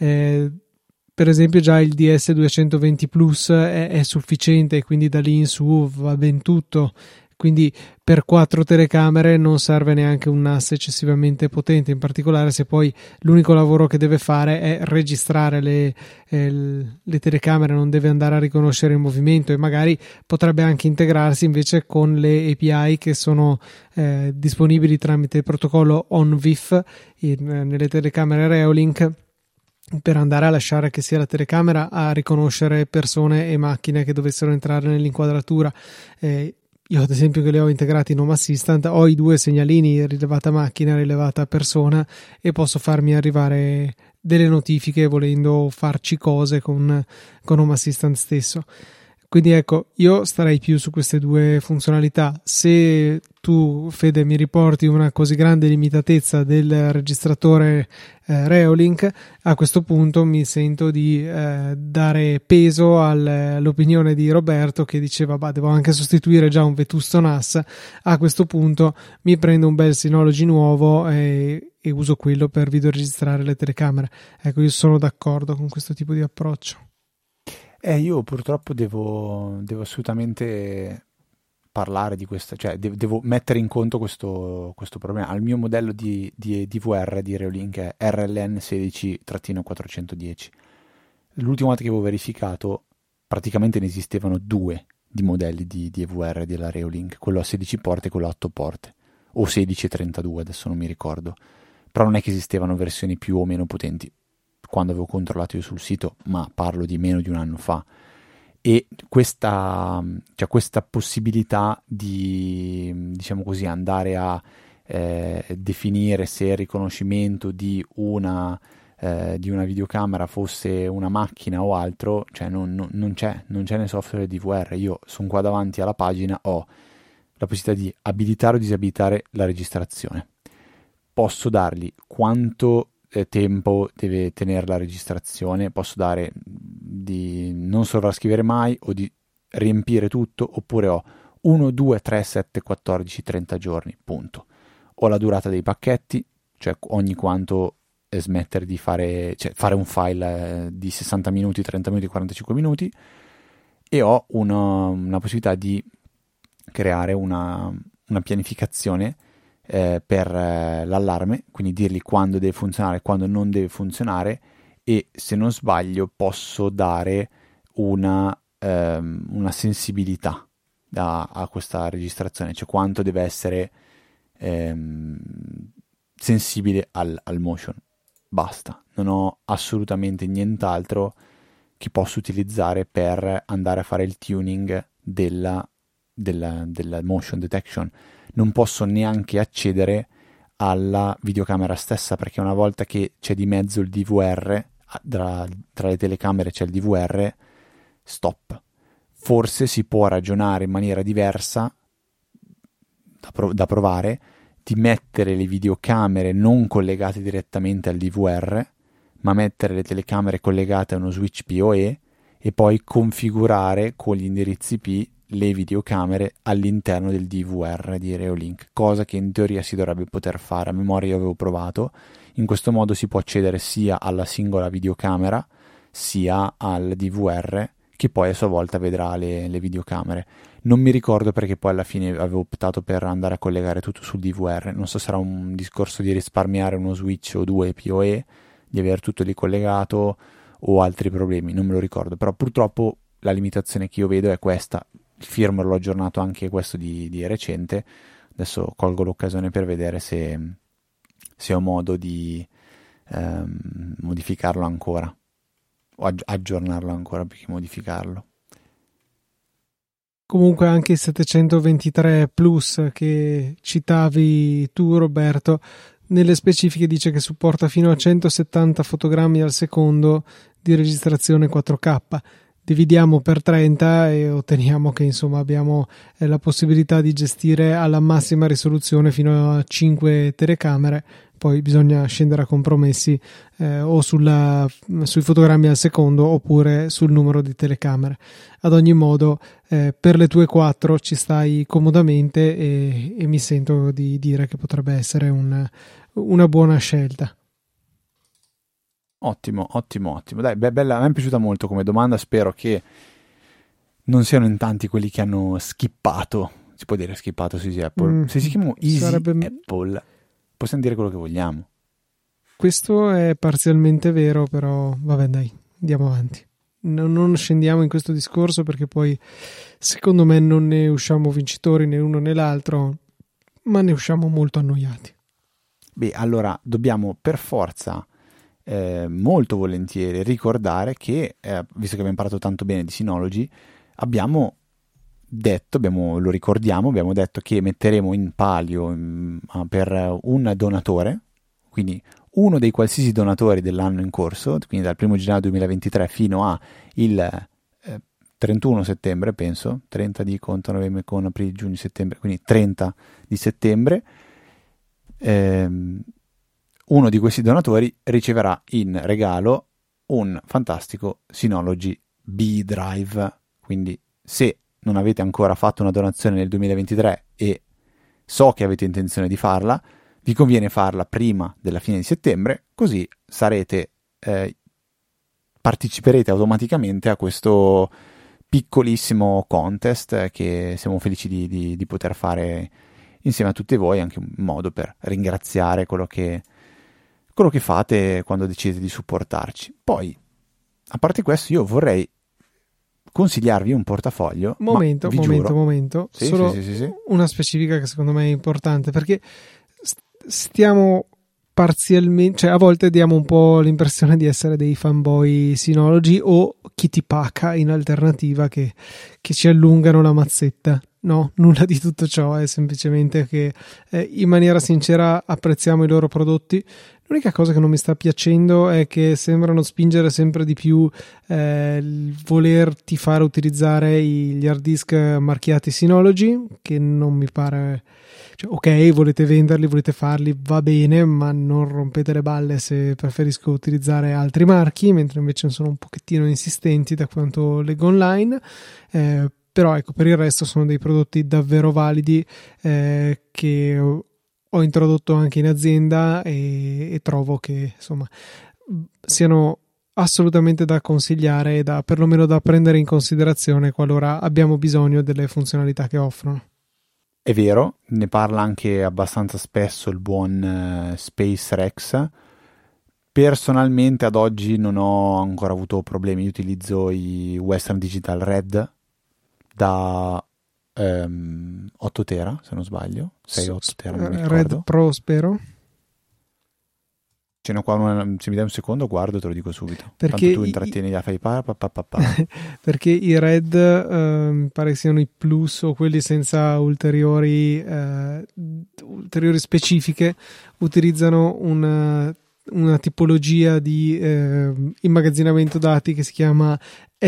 per esempio già il DS220 Plus è sufficiente, quindi da lì in su va ben tutto. Quindi per 4 telecamere non serve neanche un NAS eccessivamente potente, in particolare se poi l'unico lavoro che deve fare è registrare le telecamere, non deve andare a riconoscere il movimento, e magari potrebbe anche integrarsi invece con le API che sono disponibili tramite il protocollo ONVIF nelle telecamere Reolink, per andare a lasciare che sia la telecamera a riconoscere persone e macchine che dovessero entrare nell'inquadratura. Io ad esempio, che le ho integrate in Home Assistant, ho i 2 segnalini, rilevata macchina, rilevata persona, e posso farmi arrivare delle notifiche volendo farci cose con Home Assistant stesso. Quindi ecco, io starei più su queste 2 funzionalità. Se tu, Fede, mi riporti una così grande limitatezza del registratore Reolink, a questo punto mi sento di dare peso all'opinione di Roberto, che diceva devo anche sostituire già un vetusto NAS. A questo punto mi prendo un bel Synology nuovo e uso quello per videoregistrare le telecamere. Ecco, io sono d'accordo con questo tipo di approccio. Io purtroppo devo assolutamente parlare di questa, cioè devo mettere in conto questo problema. Al mio modello di DVR di Reolink è RLN 16-410. L'ultima volta che avevo verificato, praticamente ne esistevano 2 di modelli di DVR della Reolink, quello a 16 porte e quello a 8 porte, o 16 e 32, adesso non mi ricordo. Però non è che esistevano versioni più o meno potenti quando avevo controllato io sul sito, ma parlo di meno di un anno fa. E questa possibilità di, diciamo così, andare a definire se il riconoscimento di una videocamera fosse una macchina o altro, cioè non c'è nel software DVR. Io sono qua davanti alla pagina, ho la possibilità di abilitare o disabilitare la registrazione. Posso dargli quanto tempo deve tenere la registrazione, posso dare di non sovrascrivere mai o di riempire tutto, oppure ho 1, 2, 3, 7, 14, 30 giorni, punto. Ho la durata dei pacchetti, cioè ogni quanto smettere di fare un file di 60 minuti, 30 minuti, 45 minuti, e ho una possibilità di creare una pianificazione per l'allarme, quindi dirgli quando deve funzionare, quando non deve funzionare, e se non sbaglio posso dare una sensibilità a questa registrazione, cioè quanto deve essere sensibile al motion. Basta, non ho assolutamente nient'altro che posso utilizzare per andare a fare il tuning della motion detection. Non posso neanche accedere alla videocamera stessa, perché una volta che c'è di mezzo il DVR, tra le telecamere c'è il DVR, stop. Forse si può ragionare in maniera diversa, da provare, di mettere le videocamere non collegate direttamente al DVR, ma mettere le telecamere collegate a uno switch PoE e poi configurare con gli indirizzi IP le videocamere all'interno del DVR di Reolink, cosa che in teoria si dovrebbe poter fare. A memoria io avevo provato. In questo modo si può accedere sia alla singola videocamera sia al DVR, che poi a sua volta vedrà le videocamere. Non mi ricordo perché poi alla fine avevo optato per andare a collegare tutto sul DVR. Non so se sarà un discorso di risparmiare uno switch o 2 PoE, di avere tutto lì collegato, o altri problemi, non me lo ricordo. Però purtroppo la limitazione che io vedo è questa. Il firmware l'ho aggiornato anche questo di recente. Adesso colgo l'occasione per vedere se ho modo di modificarlo ancora, o aggiornarlo ancora più che modificarlo. Comunque anche il 723 Plus che citavi tu, Roberto, nelle specifiche dice che supporta fino a 170 fotogrammi al secondo di registrazione 4K. dividiamo per 30 e otteniamo che insomma abbiamo la possibilità di gestire alla massima risoluzione fino a 5 telecamere. Poi bisogna scendere a compromessi o sui fotogrammi al secondo oppure sul numero di telecamere. Ad ogni modo, per le tue 4 ci stai comodamente e mi sento di dire che potrebbe essere una buona scelta. Ottimo. Dai, bella, a me è piaciuta molto come domanda. Spero che non siano in tanti quelli che hanno skippato. Si può dire skippato su Easy Apple? Se si chiamano Easy Apple, possiamo dire quello che vogliamo. Questo è parzialmente vero, però vabbè, dai, andiamo avanti. Non scendiamo in questo discorso perché poi secondo me non ne usciamo vincitori né uno né l'altro, ma ne usciamo molto annoiati. Beh, allora dobbiamo per forza molto volentieri ricordare che, visto che abbiamo parlato tanto bene di Synology, abbiamo detto che metteremo in palio per un donatore, quindi uno dei qualsiasi donatori dell'anno in corso, quindi dal 1 gennaio 2023 fino a il 31 settembre, penso, 30 di conto novembre con aprile, giugno, settembre, quindi 30 di settembre, uno di questi donatori riceverà in regalo un fantastico Synology B-Drive. Quindi se non avete ancora fatto una donazione nel 2023 e so che avete intenzione di farla, vi conviene farla prima della fine di settembre, così parteciperete automaticamente a questo piccolissimo contest che siamo felici di poter fare insieme a tutti voi, anche un modo per ringraziare quello che fate quando decidete di supportarci. Poi, a parte questo, io vorrei consigliarvi un portafoglio. Momento. Sì, solo sì. Una specifica che secondo me è importante, perché stiamo parzialmente, cioè a volte diamo un po' l'impressione di essere dei fanboy Synology o chi ti paca in alternativa che ci allungano la mazzetta. No, nulla di tutto ciò, è semplicemente che in maniera sincera apprezziamo i loro prodotti. L'unica cosa che non mi sta piacendo è che sembrano spingere sempre di più il volerti fare utilizzare gli hard disk marchiati Synology, che non mi pare... Cioè, ok, volete venderli, volete farli, va bene, ma non rompete le balle se preferisco utilizzare altri marchi, mentre invece sono un pochettino insistenti da quanto leggo online. Però ecco, per il resto sono dei prodotti davvero validi che ho introdotto anche in azienda e trovo che insomma siano assolutamente da consigliare e perlomeno da prendere in considerazione qualora abbiamo bisogno delle funzionalità che offrono. È vero, ne parla anche abbastanza spesso il buon Space Rex. Personalmente ad oggi non ho ancora avuto problemi, io utilizzo i Western Digital Red da 8 tera, se non sbaglio, 6-8 tera, non mi ricordo. Red Pro, spero. Ce n'è qua se mi dai un secondo guardo, te lo dico subito. Perché tanto tu intrattieni la fai perché i Red mi pare che siano i Plus o quelli senza ulteriori specifiche, utilizzano una tipologia di immagazzinamento dati che si chiama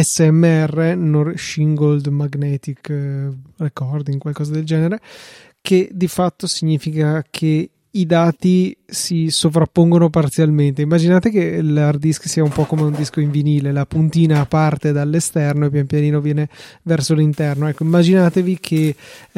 SMR, Shingled Magnetic Recording, qualcosa del genere, che di fatto significa che i dati si sovrappongono parzialmente. Immaginate che l'hard disk sia un po' come un disco in vinile, la puntina parte dall'esterno e pian pianino viene verso l'interno. Ecco, immaginatevi che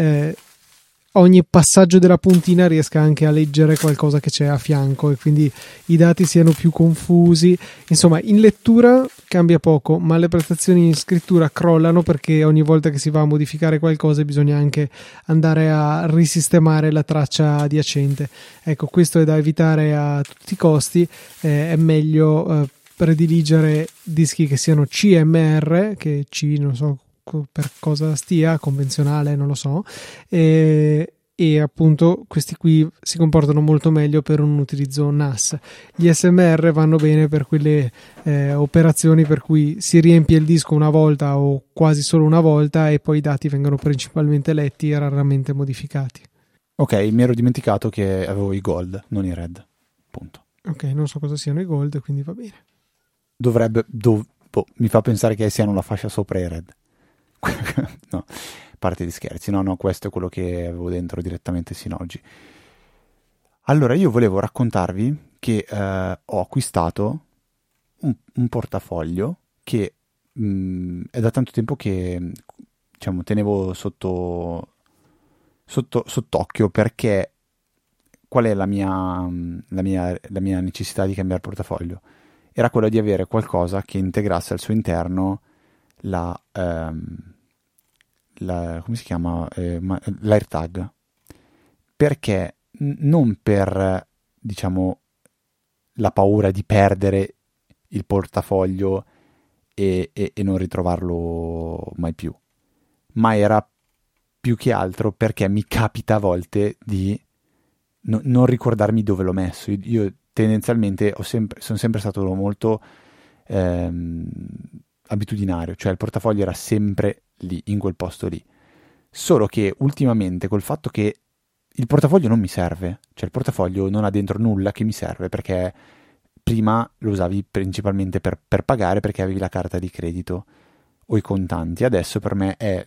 ogni passaggio della puntina riesca anche a leggere qualcosa che c'è a fianco e quindi i dati siano più confusi. Insomma, in lettura cambia poco, ma le prestazioni in scrittura crollano perché ogni volta che si va a modificare qualcosa bisogna anche andare a risistemare la traccia adiacente. Ecco, questo è da evitare a tutti i costi. È meglio prediligere dischi che siano CMR, che C non so per cosa stia, convenzionale, non lo so, e appunto questi qui si comportano molto meglio per un utilizzo NAS. Gli SMR vanno bene per quelle operazioni per cui si riempie il disco una volta o quasi solo una volta e poi i dati vengono principalmente letti e raramente modificati. Ok, mi ero dimenticato che avevo i gold, non i red, punto. Ok, non so cosa siano i gold, quindi va bene. mi fa pensare che siano la fascia sopra i Red. No, parte di scherzi, no, questo è quello che avevo dentro direttamente Synology. Allora, io volevo raccontarvi che ho acquistato un portafoglio che è da tanto tempo che, diciamo, tenevo sott'occhio, perché qual è la mia necessità di cambiare portafoglio? Era quella di avere qualcosa che integrasse al suo interno come si chiama? l'AirTag. Perché non per, diciamo, la paura di perdere il portafoglio e non ritrovarlo mai più, ma era più che altro perché mi capita a volte di non ricordarmi dove l'ho messo. Io tendenzialmente sono sempre stato molto abitudinario, cioè il portafoglio era sempre lì, in quel posto lì. Solo che ultimamente, col fatto che il portafoglio non mi serve, cioè il portafoglio non ha dentro nulla che mi serve, perché prima lo usavi principalmente per pagare, perché avevi la carta di credito o i contanti. Adesso per me è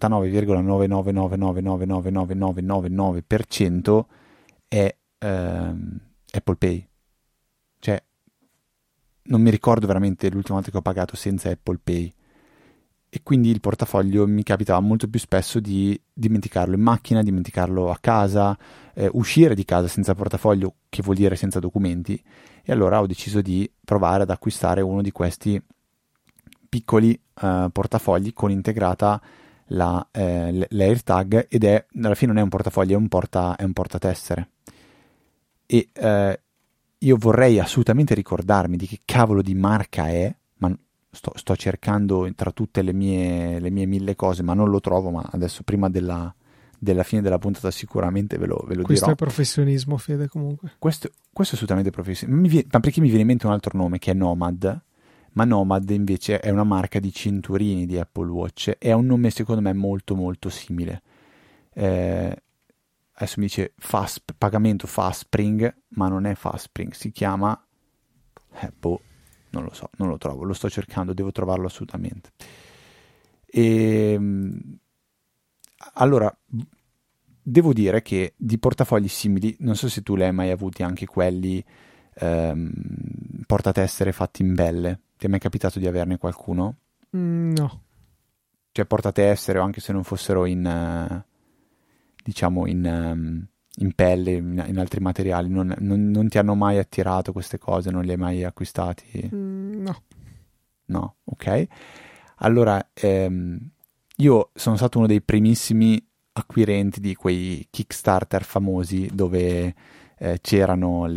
99,999999999% è Apple Pay. Cioè, non mi ricordo veramente l'ultima volta che ho pagato senza Apple Pay. E quindi il portafoglio mi capitava molto più spesso di dimenticarlo in macchina, dimenticarlo a casa, uscire di casa senza portafoglio, che vuol dire senza documenti. E allora ho deciso di provare ad acquistare uno di questi piccoli portafogli con integrata l'AirTag, ed alla fine non è un portafoglio, è un portatessere. E io vorrei assolutamente ricordarmi di che cavolo di marca è, ma sto cercando tra tutte le mie 1000 cose, ma non lo trovo. Ma adesso, prima della fine della puntata, sicuramente ve lo dirò. Questo è professionismo, Fede, comunque. Questo è assolutamente professionismo. Ma perché mi viene in mente un altro nome, che è Nomad, ma Nomad invece è una marca di cinturini di Apple Watch, è un nome secondo me molto molto simile. Adesso mi dice pagamento Fastspring, ma non è Fastspring, si chiama non lo so, non lo trovo, lo sto cercando, devo trovarlo assolutamente. Allora, devo dire che di portafogli simili, non so se tu li hai mai avuti anche quelli portatessere fatti in pelle. Ti è mai capitato di averne qualcuno? No. Cioè portatessere, o anche se non fossero in pelle, in altri materiali, non ti hanno mai attirato queste cose? Non li hai mai acquistati? No. No, ok. Allora, io sono stato uno dei primissimi acquirenti di quei Kickstarter famosi dove c'erano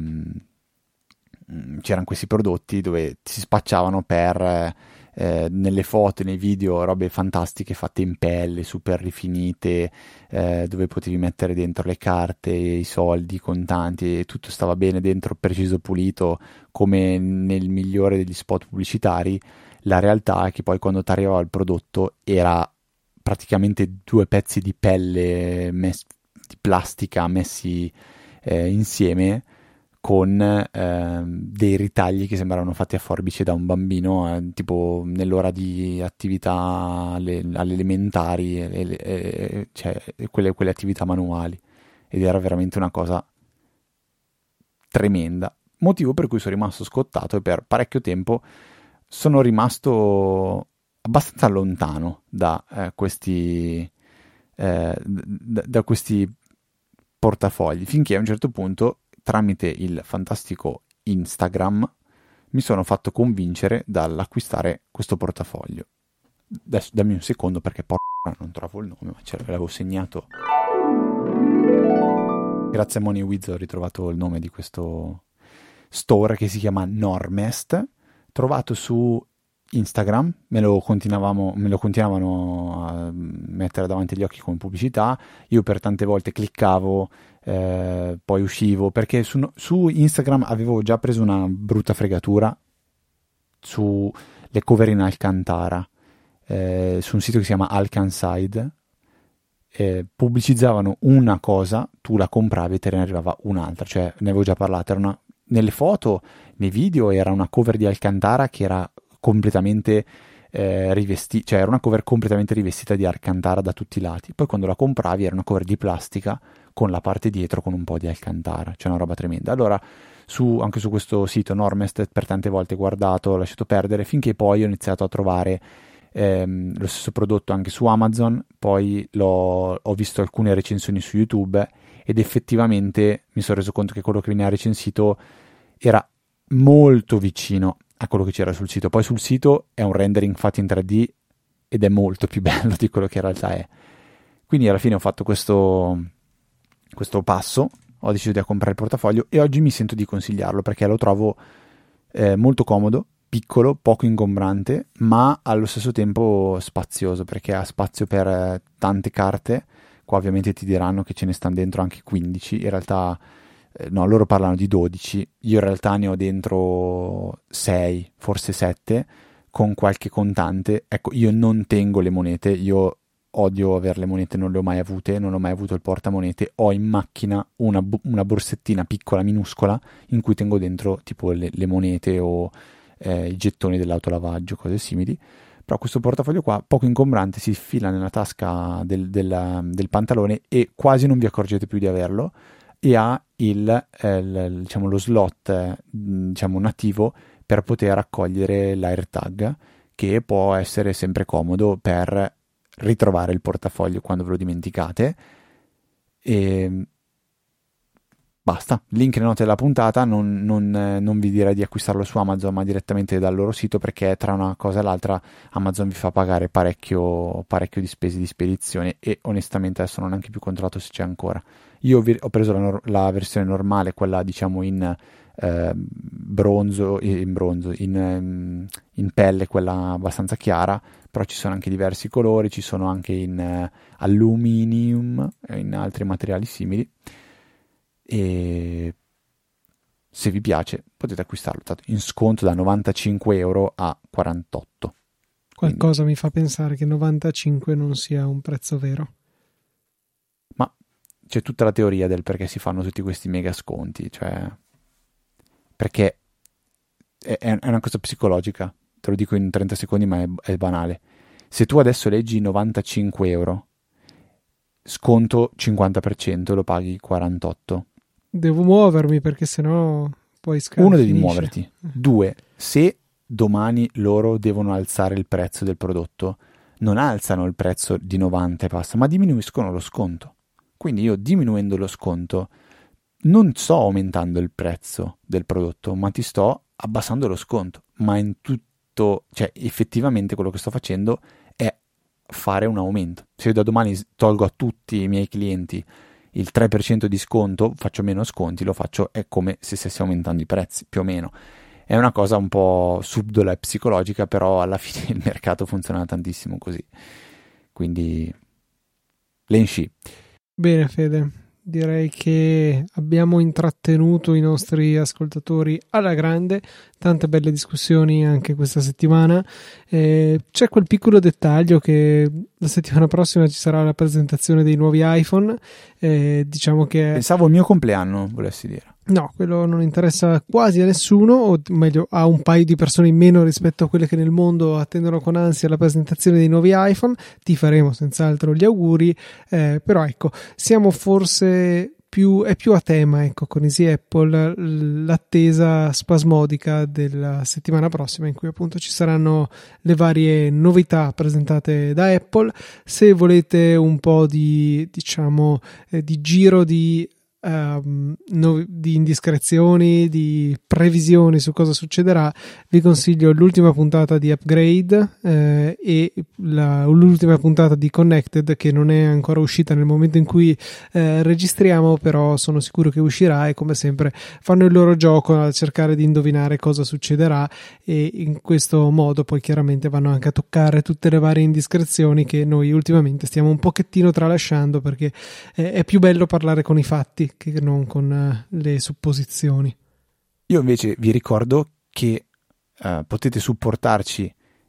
questi prodotti dove si spacciavano per nelle foto e nei video robe fantastiche fatte in pelle, super rifinite, dove potevi mettere dentro le carte, i soldi, i contanti, e tutto stava bene dentro, preciso, pulito, come nel migliore degli spot pubblicitari. La realtà è che poi, quando ti arrivava il prodotto, era praticamente 2 pezzi di pelle di plastica messi insieme, con dei ritagli che sembravano fatti a forbice da un bambino, tipo nell'ora di attività alle elementari, cioè quelle attività manuali. Ed era veramente una cosa tremenda, motivo per cui sono rimasto scottato, e per parecchio tempo sono rimasto abbastanza lontano da questi portafogli, finché a un certo punto, tramite il fantastico Instagram, mi sono fatto convincere dall'acquistare questo portafoglio. Adesso dammi un secondo, perché non trovo il nome, ma ce l'avevo segnato. Grazie a MoneyWiz ho ritrovato il nome di questo store, che si chiama Normest, trovato su Instagram. Me lo continuavano a mettere davanti agli occhi come pubblicità. Io per tante volte cliccavo, poi uscivo, perché su Instagram avevo già preso una brutta fregatura su le cover in Alcantara, su un sito che si chiama Alcanside. Pubblicizzavano una cosa, tu la compravi e te ne arrivava un'altra. Cioè, ne avevo già parlato, nelle foto, nei video, era una cover di Alcantara che era completamente rivestita, cioè era una cover completamente rivestita di Alcantara da tutti i lati. Poi quando la compravi era una cover di plastica con la parte dietro con un po' di Alcantara, cioè una roba tremenda. Allora anche su questo sito Normest per tante volte guardato, ho lasciato perdere, finché poi ho iniziato a trovare lo stesso prodotto anche su Amazon. Poi ho visto alcune recensioni su YouTube ed effettivamente mi sono reso conto che quello che mi ha recensito era molto vicino a quello che c'era sul sito. Poi sul sito è un rendering fatto in 3D ed è molto più bello di quello che in realtà è. Quindi alla fine ho fatto questo passo, ho deciso di comprare il portafoglio e oggi mi sento di consigliarlo perché lo trovo molto comodo, piccolo, poco ingombrante, ma allo stesso tempo spazioso, perché ha spazio per tante carte. Qua ovviamente ti diranno che ce ne stanno dentro anche 15, in realtà no, loro parlano di 12, io in realtà ne ho dentro 6, forse 7, con qualche contante. Ecco, io non tengo le monete, io odio avere le monete, non le ho mai avute, non ho mai avuto il portamonete. Ho in macchina una borsettina piccola, minuscola, in cui tengo dentro tipo le monete o i gettoni dell'autolavaggio, cose simili. Però questo portafoglio qua, poco ingombrante, si infila nella tasca del pantalone e quasi non vi accorgete più di averlo, e ha diciamo, lo slot diciamo, nativo per poter accogliere l'AirTag, che può essere sempre comodo per ritrovare il portafoglio quando ve lo dimenticate. E basta, link nelle note della puntata. Non vi direi di acquistarlo su Amazon, ma direttamente dal loro sito, perché tra una cosa e l'altra Amazon vi fa pagare parecchio di spese di spedizione, e onestamente adesso non ho neanche più controllato se c'è ancora. Io ho preso la versione normale, quella diciamo in pelle, quella abbastanza chiara, però ci sono anche diversi colori, ci sono anche in aluminium e in altri materiali simili. E se vi piace potete acquistarlo in sconto da 95 euro a 48. Qualcosa mi fa pensare che 95 non sia un prezzo vero. Ma c'è tutta la teoria del perché si fanno tutti questi mega sconti, cioè perché è una cosa psicologica, te lo dico in 30 secondi ma è banale. Se tu adesso leggi 95 euro, sconto 50%, lo paghi 48. Devo muovermi perché sennò poi Uno, devi muoverti. 2, se domani loro devono alzare il prezzo del prodotto, non alzano il prezzo di 90 e passa, ma diminuiscono lo sconto. Quindi io, diminuendo lo sconto, non sto aumentando il prezzo del prodotto, ma ti sto abbassando lo sconto. Ma in tutto, cioè effettivamente quello che sto facendo è fare un aumento. Se io da domani tolgo a tutti i miei clienti il 3% di sconto, faccio meno sconti, è come se stessi aumentando i prezzi, più o meno. È una cosa un po' subdola e psicologica, però alla fine il mercato funziona tantissimo così. Quindi, Lenshi. Bene, Fede. Direi che abbiamo intrattenuto i nostri ascoltatori alla grande, tante belle discussioni anche questa settimana. C'è quel piccolo dettaglio che la settimana prossima ci sarà la presentazione dei nuovi iPhone. Diciamo che pensavo il mio compleanno, volessi dire. No, quello non interessa quasi a nessuno, o meglio a un paio di persone in meno rispetto a quelle che nel mondo attendono con ansia la presentazione dei nuovi iPhone. Ti faremo senz'altro gli auguri, però ecco, siamo forse è più a tema, ecco, con Easy Apple, l'attesa spasmodica della settimana prossima, in cui appunto ci saranno le varie novità presentate da Apple. Se volete un po' di, diciamo, di giro di indiscrezioni, di previsioni su cosa succederà, vi consiglio l'ultima puntata di Upgrade e l'ultima puntata di Connected, che non è ancora uscita nel momento in cui registriamo, però sono sicuro che uscirà, e come sempre fanno il loro gioco a cercare di indovinare cosa succederà, e in questo modo poi chiaramente vanno anche a toccare tutte le varie indiscrezioni che noi ultimamente stiamo un pochettino tralasciando, perché è più bello parlare con i fatti che non con le supposizioni. Io invece vi ricordo che potete supportarci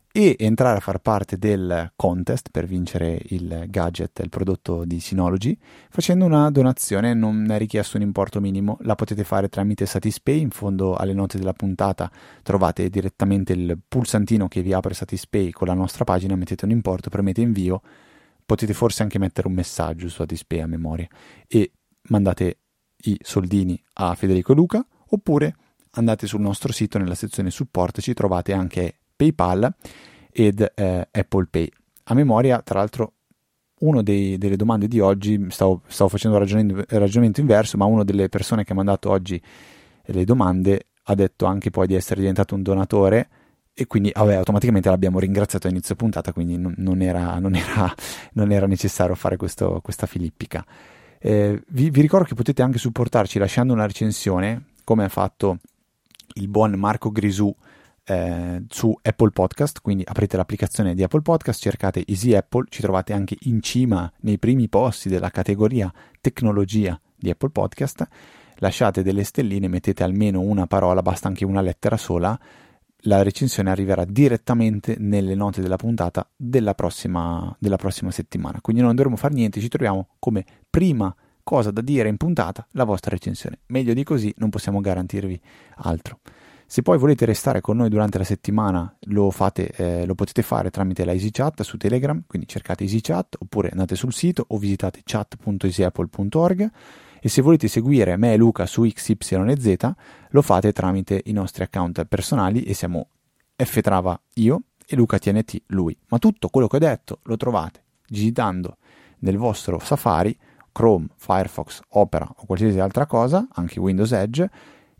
e entrare a far parte del contest per vincere il gadget, il prodotto di Synology, facendo una donazione. Non è richiesto un importo minimo, la potete fare tramite Satispay. In fondo alle note della puntata trovate direttamente il pulsantino che vi apre Satispay con la nostra pagina, mettete un importo, premete invio, potete forse anche mettere un messaggio su Satispay a memoria e mandate i soldini a Federico e Luca, oppure andate sul nostro sito, nella sezione support ci trovate anche PayPal ed Apple Pay. A memoria, tra l'altro, una delle domande di oggi, stavo facendo ragionamento inverso, ma una delle persone che ha mandato oggi le domande ha detto anche poi di essere diventato un donatore, e quindi automaticamente l'abbiamo ringraziato a inizio puntata, quindi non era necessario fare questa filippica. Vi ricordo che potete anche supportarci lasciando una recensione, come ha fatto il buon Marco Grisù su Apple Podcast. Quindi aprite l'applicazione di Apple Podcast, cercate Easy Apple, ci trovate anche in cima nei primi posti della categoria tecnologia di Apple Podcast, lasciate delle stelline, mettete almeno una parola, basta anche una lettera sola, la recensione arriverà direttamente nelle note della puntata della prossima settimana. Quindi non dovremo fare niente, ci troviamo come prima cosa da dire in puntata la vostra recensione. Meglio di così non possiamo garantirvi altro. Se poi volete restare con noi durante la settimana lo potete fare tramite la EasyChat su Telegram, quindi cercate EasyChat oppure andate sul sito o visitate chat.easyapple.org, e se volete seguire me e Luca su XYZ lo fate tramite i nostri account personali e siamo Ftrava io e Luca TNT lui. Ma tutto quello che ho detto lo trovate digitando nel vostro Safari, Chrome, Firefox, Opera o qualsiasi altra cosa, anche Windows Edge,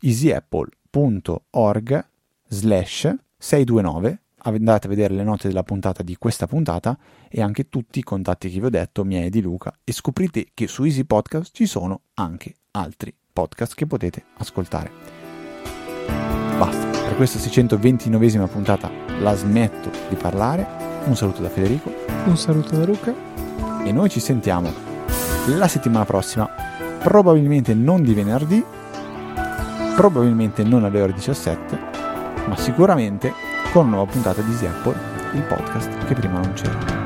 easyapple.org/629, andate a vedere le note della puntata di questa puntata e anche tutti i contatti che vi ho detto, miei e di Luca, e scoprite che su Easy Podcast ci sono anche altri podcast che potete ascoltare. Basta, per questa 629esima puntata la smetto di parlare. Un saluto da Federico, un saluto da Luca e noi ci sentiamo la settimana prossima, probabilmente non di venerdì, probabilmente non alle ore 17, ma sicuramente con una nuova puntata di Easy Apple, il podcast che prima non c'era.